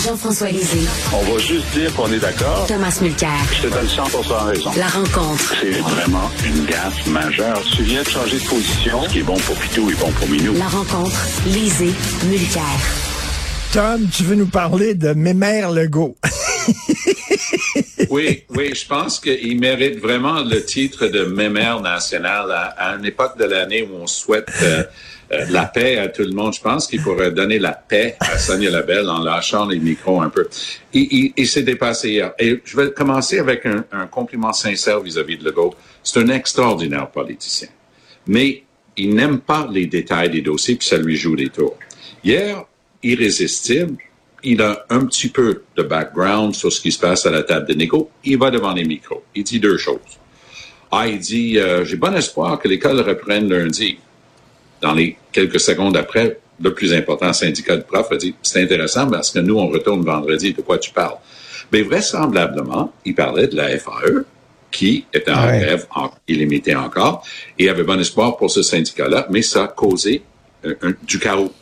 Jean-François Lisée. On va juste dire qu'on est d'accord. Thomas Mulcair. Je te donne 100% raison. La rencontre. C'est vraiment une gaffe majeure. Tu viens de changer de position. Ce qui est bon pour Pitou est bon pour Minou. La rencontre. Lisée. Mulcair. Tom, tu veux nous parler de Mémère Legault? Oui, je pense qu'il mérite vraiment le titre de Mémère nationale à une époque de l'année où on souhaite la paix à tout le monde. Je pense qu'il pourrait donner la paix à Sonia Lebel en lâchant les micros un peu. Il s'est dépassé hier. Et je vais commencer avec un compliment sincère vis-à-vis de Legault. C'est un extraordinaire politicien. Mais il n'aime pas les détails des dossiers, puis ça lui joue des tours. Hier, irrésistible, il a un petit peu de background sur ce qui se passe à la table de négo. Il va devant les micros. Il dit deux choses. Il dit, j'ai bon espoir que l'école reprenne lundi. Dans les quelques secondes après, le plus important syndicat de profs a dit, c'est intéressant parce que nous, on retourne vendredi. De quoi tu parles? Mais vraisemblablement, il parlait de la FAE, qui était en grève illimitée encore, et avait bon espoir pour ce syndicat-là, mais ça a causé du chaos.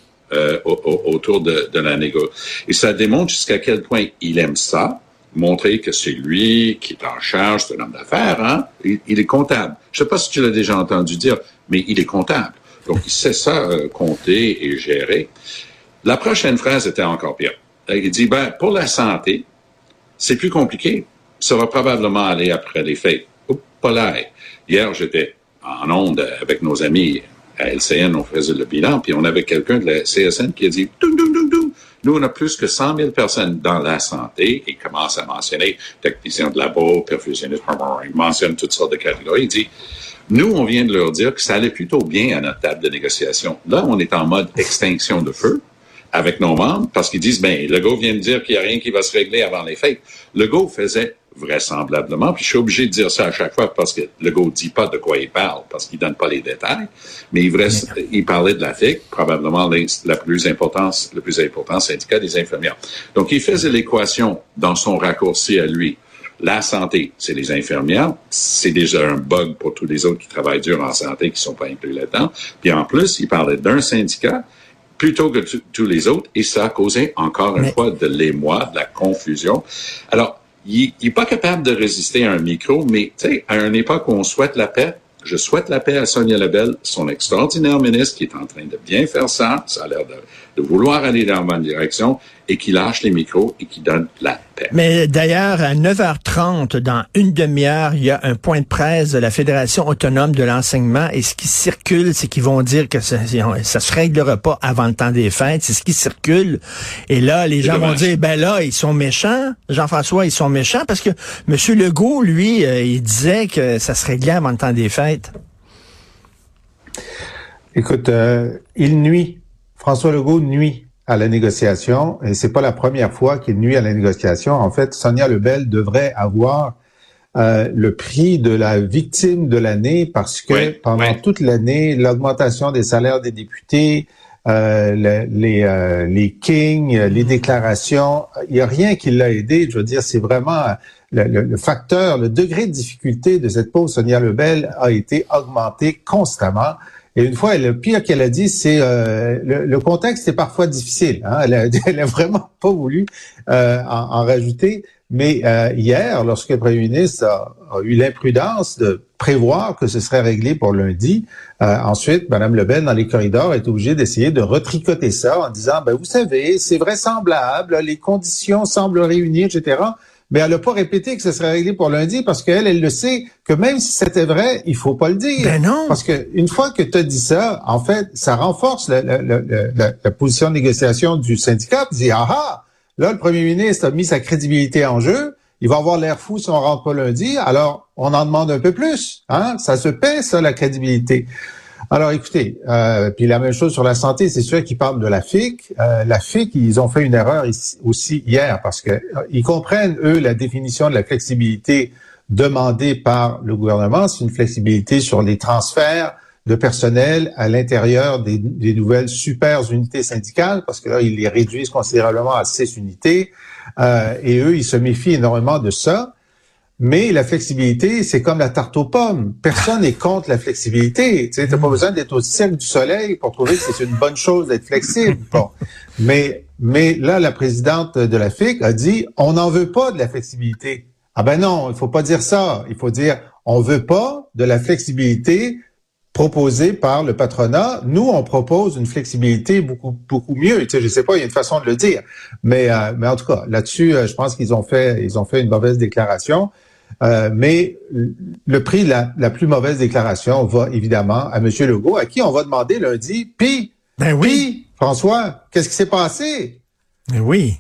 Autour de la négo. Et ça démontre jusqu'à quel point il aime ça, montrer que c'est lui qui est en charge, c'est un homme d'affaires, hein? Il est comptable. Je sais pas si tu l'as déjà entendu dire, mais il est comptable. Donc, il sait ça, compter et gérer. La prochaine phrase était encore pire. Il dit, pour la santé, c'est plus compliqué. Ça va probablement aller après les fêtes. Oups, pas là. Hier, j'étais en onde avec nos amis à LCN, on faisait le bilan, puis on avait quelqu'un de la CSN qui a dit « Nous, on a plus que 100 000 personnes dans la santé. » Il commence à mentionner techniciens de labo, perfusionnistes, il mentionne toutes sortes de catégories. Il dit « Nous, on vient de leur dire que ça allait plutôt bien à notre table de négociation. Là, on est en mode extinction de feu avec nos membres, parce qu'ils disent « Legault vient de dire qu'il n'y a rien qui va se régler avant les fêtes. » Legault faisait vraisemblablement, puis je suis obligé de dire ça à chaque fois parce que Legault dit pas de quoi il parle, parce qu'il donne pas les détails, mais il parlait de la FIC, probablement le plus important syndicat des infirmières. Donc, il faisait l'équation dans son raccourci à lui. La santé, c'est les infirmières, c'est déjà un bug pour tous les autres qui travaillent dur en santé, qui sont pas inclus là-dedans. Puis en plus, il parlait d'un syndicat plutôt que tous les autres, et ça a causé encore une fois de l'émoi, de la confusion. Alors, il n'est pas capable de résister à un micro, mais tu sais, à une époque où on souhaite la paix, je souhaite la paix à Sonia Lebel, son extraordinaire ministre qui est en train de bien faire ça a l'air de vouloir aller dans la bonne direction, et qui lâche les micros et qui donne la paix. Mais d'ailleurs, à 9h30, dans une demi-heure, il y a un point de presse de la Fédération autonome de l'enseignement, et ce qui circule, c'est qu'ils vont dire que ça se réglera pas avant le temps des fêtes, c'est ce qui circule. Et là, les gens vont dire, là, ils sont méchants, Jean-François, ils sont méchants, parce que M. Legault, lui, il disait que ça se réglait avant le temps des fêtes. Écoute, il nuit. François Legault nuit à la négociation, et c'est pas la première fois qu'il nuit à la négociation. En fait, Sonia Lebel devrait avoir le prix de la victime de l'année, parce que pendant toute l'année, l'augmentation des salaires des députés, les kings, les déclarations, il y a rien qui l'a aidé. Je veux dire, c'est vraiment le facteur, le degré de difficulté de cette pauvre Sonia Lebel a été augmenté constamment. Et une fois, le pire qu'elle a dit, c'est le contexte est parfois difficile. Hein? Elle a vraiment pas voulu en rajouter. Mais hier, lorsque le premier ministre a eu l'imprudence de prévoir que ce serait réglé pour lundi, ensuite, Mme Lebel, dans les corridors, est obligée d'essayer de retricoter ça en disant, vous savez, c'est vraisemblable, les conditions semblent réunies, etc., mais elle n'a pas répété que ce serait réglé pour lundi, parce elle le sait que même si c'était vrai, il faut pas le dire. Ben non. Parce que une fois que tu as dit ça, en fait, ça renforce la position de négociation du syndicat. Tu dis, là, le premier ministre a mis sa crédibilité en jeu. Il va avoir l'air fou si on rentre pas lundi. Alors, on en demande un peu plus. Hein? Ça se paie, ça, la crédibilité. Alors, écoutez, puis la même chose sur la santé, c'est sûr qu'ils parlent de la FIC. La FIC, ils ont fait une erreur aussi hier, parce que ils comprennent, eux, la définition de la flexibilité demandée par le gouvernement. C'est une flexibilité sur les transferts de personnel à l'intérieur des nouvelles super unités syndicales, parce que là, ils les réduisent considérablement à 6 unités. Et eux, ils se méfient énormément de ça. Mais la flexibilité, c'est comme la tarte aux pommes. Personne n'est contre la flexibilité. Tu n'as pas besoin d'être au cirque du soleil pour trouver que c'est une bonne chose d'être flexible. Bon. Mais là, la présidente de la FIC a dit, on n'en veut pas de la flexibilité. Ah ben non, il faut pas dire ça. Il faut dire, on veut pas de la flexibilité proposée par le patronat. Nous, on propose une flexibilité beaucoup mieux. Tu sais, je sais pas, il y a une façon de le dire. Mais en tout cas, là-dessus, je pense qu'ils ont fait une mauvaise déclaration. Mais le prix de la plus mauvaise déclaration va évidemment à M. Legault, à qui on va demander lundi, puis François, qu'est-ce qui s'est passé? Ben oui.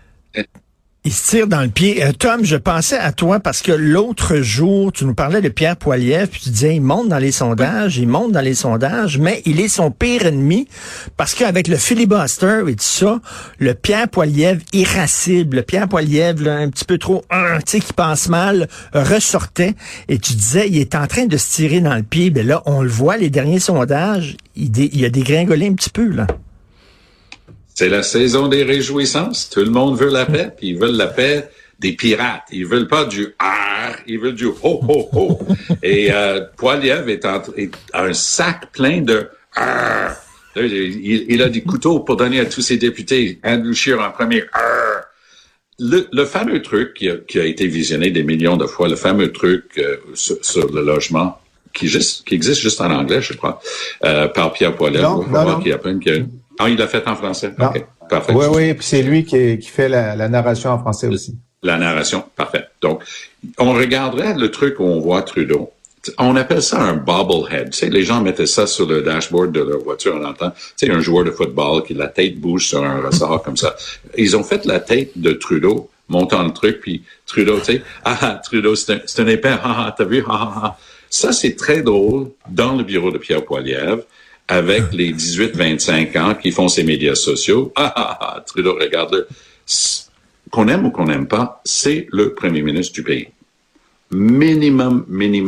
Il se tire dans le pied. Tom, je pensais à toi parce que l'autre jour, tu nous parlais de Pierre Poilievre, puis tu disais, il monte dans les sondages, mais il est son pire ennemi parce qu'avec le filibuster et tout ça, le Pierre Poilievre irascible, le Pierre Poilievre là, un petit peu trop, tu sais, qui pense mal, ressortait. Et tu disais, il est en train de se tirer dans le pied. Ben là, on le voit, les derniers sondages, il a dégringolé un petit peu, là. C'est la saison des réjouissances. Tout le monde veut la paix, puis ils veulent la paix des pirates. Ils veulent pas du « ar », ils veulent du « ho, ho, ho ». Et Poilievre a un sac plein de « ar ». Il a des couteaux pour donner à tous ses députés. Andrew Scheer en premier « ar ». Le fameux truc qui a été visionné des millions de fois, le fameux truc sur le logement, qui existe juste en anglais, je crois, par Pierre Poilievre. Non. Il l'a fait en français? Non. OK, parfait. Oui, puis c'est lui qui fait la narration en français aussi. La narration, parfait. Donc, on regarderait le truc où on voit Trudeau. On appelle ça un bobblehead. Tu sais, les gens mettaient ça sur le dashboard de leur voiture, on entend. Tu sais, un joueur de football qui la tête bouge sur un ressort comme ça. Ils ont fait la tête de Trudeau, montant le truc, puis Trudeau, tu sais, Trudeau, c'est un épais, t'as vu, Ça, c'est très drôle dans le bureau de Pierre Poilievre, avec les 18-25 ans qui font ces médias sociaux. Trudeau, regarde-le. Qu'on aime ou qu'on n'aime pas, c'est le premier ministre du pays. Minimum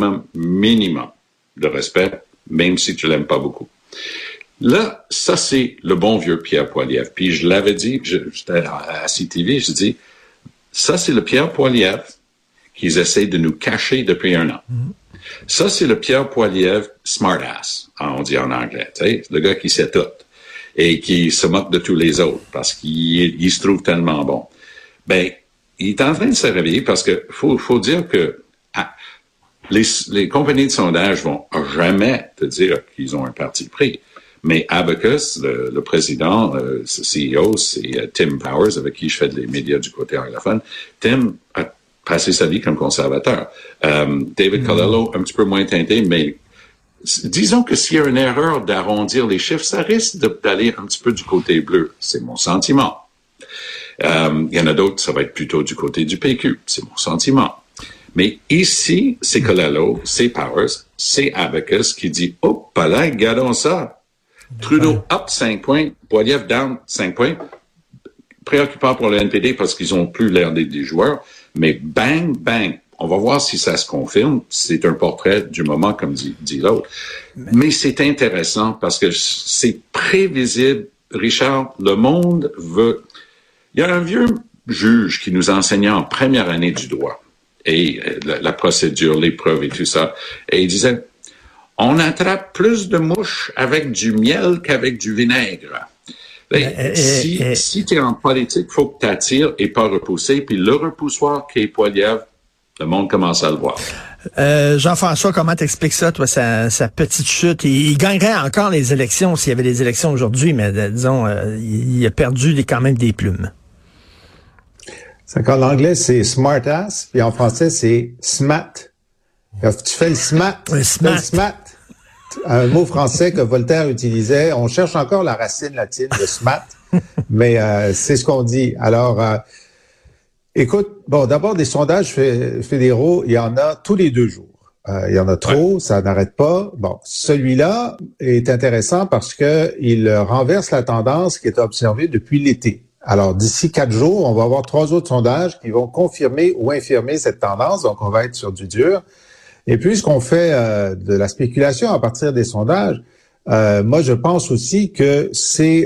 de respect, même si tu l'aimes pas beaucoup. Là, ça, c'est le bon vieux Pierre Poilievre. Puis je l'avais dit, j'étais à CTV, je dis, ça, c'est le Pierre Poilievre qu'ils essayent de nous cacher depuis un an. Ça, c'est le Pierre Poilievre smartass, on dit en anglais, tu sais, le gars qui sait tout et qui se moque de tous les autres parce qu'il se trouve tellement bon. Ben, il est en train de se réveiller parce que faut dire que les compagnies de sondage vont jamais te dire qu'ils ont un parti pris. Mais Abacus, le président, le CEO, c'est Tim Powers, avec qui je fais des médias du côté anglophone. Tim a passé sa vie comme conservateur. David Colello, un petit peu moins teinté, mais disons que s'il y a une erreur d'arrondir les chiffres, ça risque d'aller un petit peu du côté bleu. C'est mon sentiment. Il y en a d'autres, ça va être plutôt du côté du PQ. C'est mon sentiment. Mais ici, c'est Colello, c'est Powers, c'est Abacus qui dit « Oh, pas là, regardons ça. Trudeau up 5 points, Poilievre down 5 points. » Préoccupant pour le NPD parce qu'ils ont plus l'air des joueurs. Mais bang, bang. On va voir si ça se confirme. C'est un portrait du moment, comme dit l'autre. Mais c'est intéressant parce que c'est prévisible. Richard, le monde veut... Il y a un vieux juge qui nous enseignait en première année du droit et la procédure, les preuves et tout ça. Et il disait, on attrape plus de mouches avec du miel qu'avec du vinaigre. Si tu es en politique, il faut que tu attires et pas repousser. Puis le repoussoir qui est Poilievre, le monde commence à le voir. Jean-François, comment t'expliques ça, toi, sa petite chute? Il gagnerait encore les élections s'il y avait des élections aujourd'hui, mais disons, il a perdu quand même des plumes. En anglais, c'est smartass, puis en français, c'est smat. Tu fais le smat. Le smat. Un mot français que Voltaire utilisait. On cherche encore la racine latine de smat, mais c'est ce qu'on dit. Alors, écoute, bon, d'abord, des sondages fédéraux, il y en a tous les 2 jours. Il y en a trop, ça n'arrête pas. Bon, celui-là est intéressant parce que il renverse la tendance qui est observée depuis l'été. Alors, d'ici 4 jours, on va avoir 3 autres sondages qui vont confirmer ou infirmer cette tendance. Donc, on va être sur du dur. Et puisqu'on fait de la spéculation à partir des sondages, Moi, je pense aussi que c'est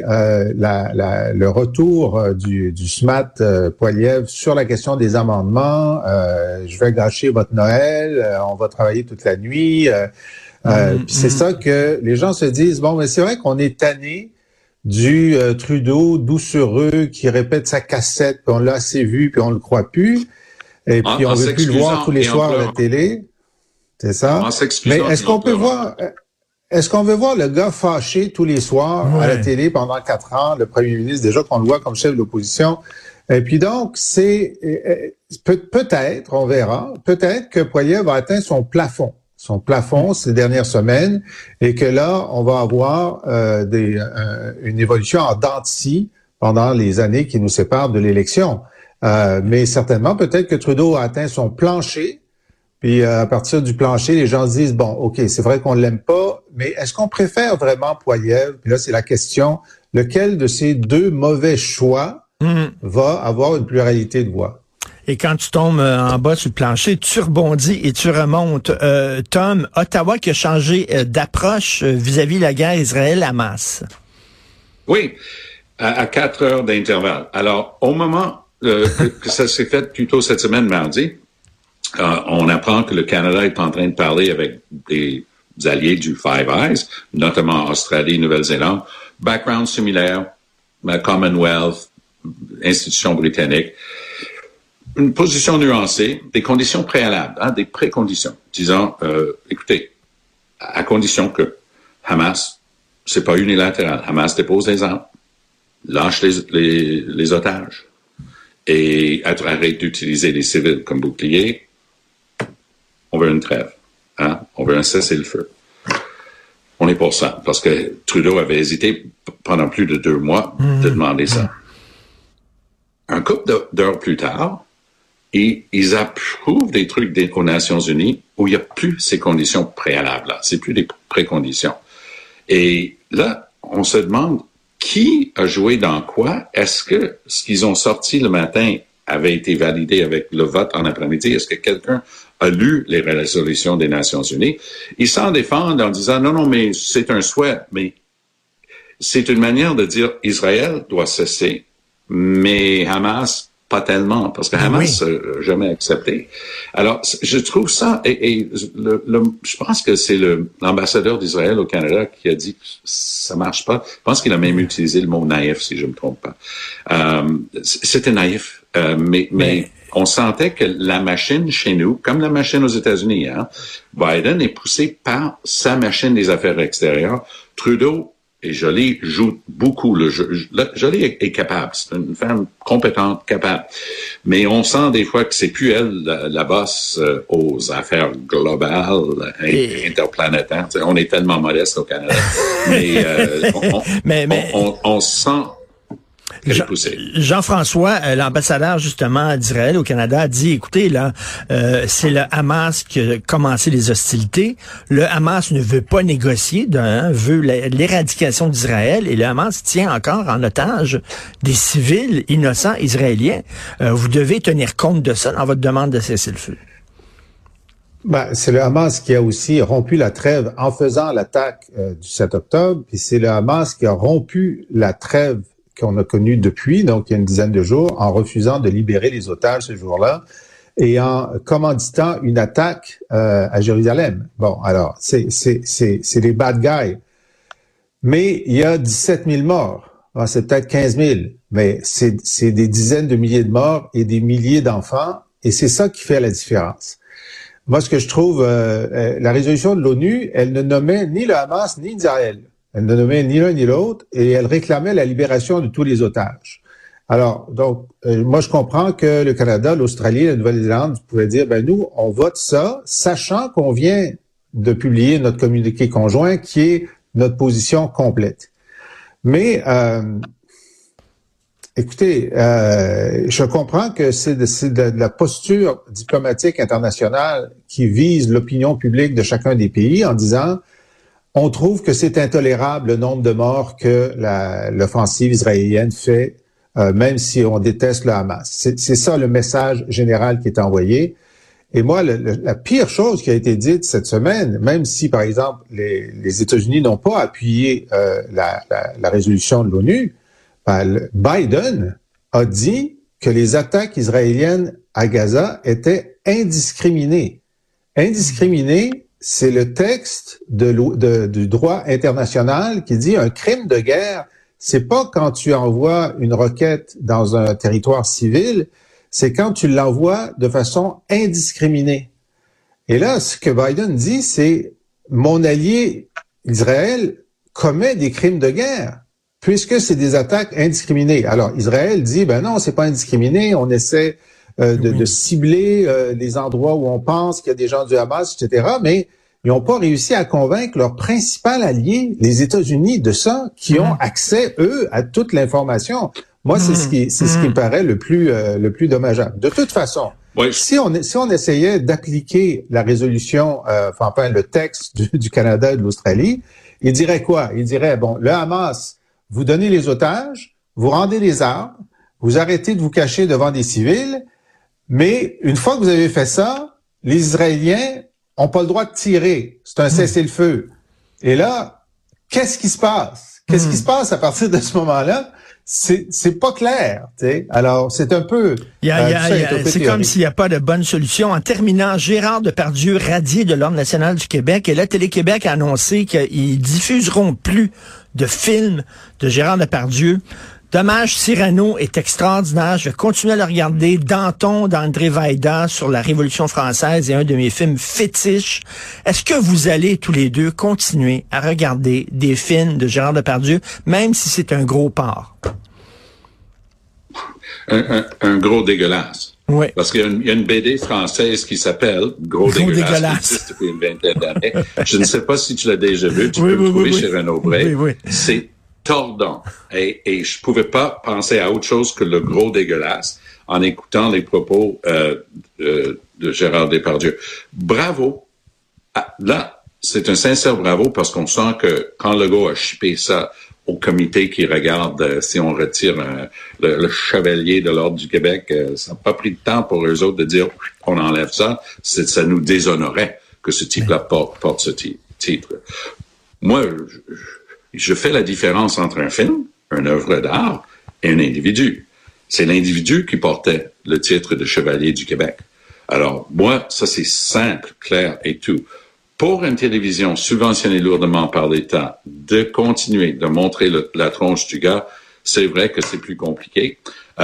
le retour du SMAT Poilievre sur la question des amendements. Je vais gâcher votre Noël, on va travailler toute la nuit. Puis c'est ça que les gens se disent, bon, mais c'est vrai qu'on est tanné du Trudeau doucereux qui répète sa cassette, puis on l'a assez vu, puis on le croit plus. Et puis on veut plus le voir tous les soirs à la télé. C'est ça. Mais est-ce qu'on veut voir le gars fâché tous les soirs à la télé pendant 4 ans, le premier ministre, déjà qu'on le voit comme chef de l'opposition? Et puis donc, peut-être, on verra, peut-être que Poilievre a atteint son plafond ces dernières semaines, et que là, on va avoir une évolution en dents de scie pendant les années qui nous séparent de l'élection. Mais certainement, peut-être que Trudeau a atteint son plancher, puis à partir du plancher, les gens se disent, bon, OK, c'est vrai qu'on l'aime pas, mais est-ce qu'on préfère vraiment Poilievre? Puis là, c'est la question, lequel de ces deux mauvais choix va avoir une pluralité de voix? Et quand tu tombes en bas sur le plancher, tu rebondis et tu remontes. Tom, Ottawa qui a changé d'approche vis-à-vis de la guerre Israël-Hamas. Oui, à 4 heures d'intervalle. Alors, au moment que ça s'est fait plus tôt cette semaine, mardi, on apprend que le Canada est en train de parler avec des alliés du Five Eyes, notamment Australie, Nouvelle-Zélande, background similaire, Commonwealth, institutions britanniques. Une position nuancée, des conditions préalables, des préconditions, disant, écoutez, à condition que Hamas, c'est pas unilatéral, Hamas dépose des armes, lâche les otages et arrête d'utiliser les civils comme boucliers, on veut une trêve, on veut un cessez-le-feu. On est pour ça, parce que Trudeau avait hésité pendant plus de 2 mois de demander ça. Un couple d'heures plus tard, et ils approuvent des trucs aux Nations Unies où il n'y a plus ces conditions préalables-là. C'est plus des préconditions. Et là, on se demande qui a joué dans quoi? Est-ce que ce qu'ils ont sorti le matin avait été validé avec le vote en après-midi? Est-ce que quelqu'un a lu les résolutions des Nations Unies? Ils s'en défendent en disant non, mais c'est un souhait. Mais c'est une manière de dire Israël doit cesser, mais Hamas pas tellement, parce que Hamas n'a jamais accepté. Alors, je trouve ça, je pense que c'est l'ambassadeur d'Israël au Canada qui a dit que ça marche pas. Je pense qu'il a même utilisé le mot naïf, si je me trompe pas. C'était naïf, mais on sentait que la machine chez nous, comme la machine aux États-Unis, Biden est poussé par sa machine des affaires extérieures. Trudeau, et Joly joue beaucoup le jeu. Joly est capable, c'est une femme compétente, capable. Mais on sent des fois que c'est plus elle la boss aux affaires globales, interplanétaires. On est tellement modeste au Canada. Mais on sent qu'elle est poussée. Jean-François, l'ambassadeur justement d'Israël au Canada, a dit, écoutez, là, c'est le Hamas qui a commencé les hostilités. Le Hamas ne veut pas négocier, veut l'éradication d'Israël, et le Hamas tient encore en otage des civils innocents israéliens. Vous devez tenir compte de ça dans votre demande de cessez-le-feu. C'est le Hamas qui a aussi rompu la trêve en faisant l'attaque du 7 octobre, puis c'est le Hamas qui a rompu la trêve qu'on a connu depuis, donc il y a une dizaine de jours, en refusant de libérer les otages ce jour-là et en commanditant une attaque à Jérusalem. Bon, alors, c'est les bad guys. Mais il y a 17 000 morts. Bon, c'est peut-être 15 000, mais c'est des dizaines de milliers de morts et des milliers d'enfants, et c'est ça qui fait la différence. Moi, ce que je trouve, la résolution de l'ONU, elle ne nommait ni le Hamas ni Israël. Elle ne nommait ni l'un ni l'autre et elle réclamait la libération de tous les otages. Alors, donc, moi, je comprends que le Canada, l'Australie, la Nouvelle-Zélande pouvaient dire, nous, on vote ça, sachant qu'on vient de publier notre communiqué conjoint qui est notre position complète. Mais, écoutez, je comprends que c'est de la posture diplomatique internationale qui vise l'opinion publique de chacun des pays en disant on trouve que c'est intolérable le nombre de morts que l'offensive israélienne fait, même si on déteste le Hamas. C'est ça le message général qui est envoyé. Et moi, la pire chose qui a été dite cette semaine, même si, par exemple, les États-Unis n'ont pas appuyé la résolution de l'ONU, Biden a dit que les attaques israéliennes à Gaza étaient indiscriminées. Indiscriminées, c'est le texte du droit international qui dit un crime de guerre, c'est pas quand tu envoies une roquette dans un territoire civil, c'est quand tu l'envoies de façon indiscriminée. Et là, ce que Biden dit, c'est mon allié Israël commet des crimes de guerre, puisque c'est des attaques indiscriminées. Alors, Israël dit, ben non, c'est pas indiscriminé, on essaie de cibler les endroits où on pense qu'il y a des gens du Hamas, etc., mais ils n'ont pas réussi à convaincre leur principal allié, les États-Unis, de ça, qui ont accès, eux, à toute l'information. Moi, c'est ce qui me paraît le plus dommageable. De toute façon, oui. Si on essayait d'appliquer la résolution, enfin le texte du Canada et de l'Australie, il dirait quoi? Il dirait, bon, le Hamas, vous donnez les otages, vous rendez les armes, vous arrêtez de vous cacher devant des civils, mais une fois que vous avez fait ça, les Israéliens ont pas le droit de tirer. C'est un cessez-le-feu. Et là, qu'est-ce qui se passe? Qu'est-ce qui se passe à partir de ce moment-là? C'est pas clair, tu sais. Alors, c'est un peu... c'est comme s'il n'y a pas de bonne solution. En terminant, Gérard Depardieu, radié de l'Ordre national du Québec, et là, Télé-Québec a annoncé qu'ils diffuseront plus de films de Gérard Depardieu. Dommage, Cyrano est extraordinaire. Je vais continuer à le regarder. Danton d'André Vaida sur la Révolution française est un de mes films fétiches. Est-ce que vous allez tous les deux continuer à regarder des films de Gérard Depardieu, même si c'est un gros porc? Un gros dégueulasse. Oui. Parce qu'il y a une BD française qui s'appelle Gros dégueulasse, qui existe depuis une vingtaine d'années. Je ne sais pas si tu l'as déjà vu. Tu peux le trouver chez Renaud Bré. Oui. C'est tordant. Et je pouvais pas penser à autre chose que le gros dégueulasse en écoutant les propos de Gérard Depardieu. Bravo. Là, c'est un sincère bravo parce qu'on sent que quand Legault a chippé ça au comité qui regarde si on retire le chevalier de l'Ordre du Québec, ça n'a pas pris de temps pour eux autres de dire on enlève ça. Ça nous déshonorait que ce type-là porte ce titre. Moi, je fais la différence entre un film, une œuvre d'art, et un individu. C'est l'individu qui portait le titre de chevalier du Québec. Alors, moi, ça c'est simple, clair et tout. Pour une télévision subventionnée lourdement par l'État, de continuer de montrer la tronche du gars, c'est vrai que c'est plus compliqué.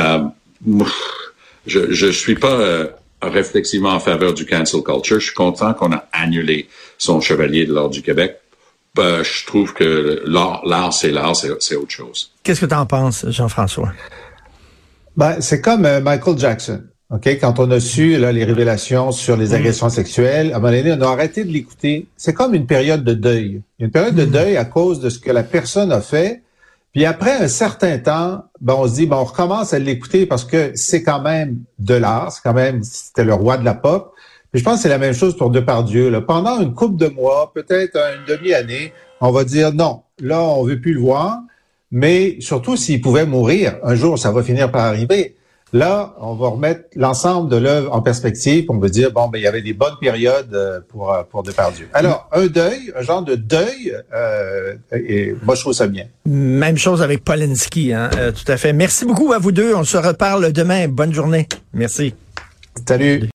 Je suis pas réflexivement en faveur du cancel culture. Je suis content qu'on a annulé son chevalier de l'Ordre du Québec. Je trouve que l'art, c'est autre chose. Qu'est-ce que tu en penses, Jean-François? C'est comme Michael Jackson. OK, quand on a su les révélations sur les agressions sexuelles, à un moment donné, on a arrêté de l'écouter. C'est comme une période de deuil. Une période de deuil à cause de ce que la personne a fait. Puis après un certain temps, on se dit, on recommence à l'écouter parce que c'est quand même de l'art. C'était le roi de la pop. Puis je pense que c'est la même chose pour Depardieu. Là. Pendant une couple de mois, peut-être une demi-année, on va dire non, là, on veut plus le voir. Mais surtout, s'il pouvait mourir, un jour, ça va finir par arriver. Là, on va remettre l'ensemble de l'œuvre en perspective. On va dire, il y avait des bonnes périodes pour Depardieu. Alors, un genre de deuil, et moi, je trouve ça bien. Même chose avec Polanski, tout à fait. Merci beaucoup à vous deux. On se reparle demain. Bonne journée. Merci. Salut.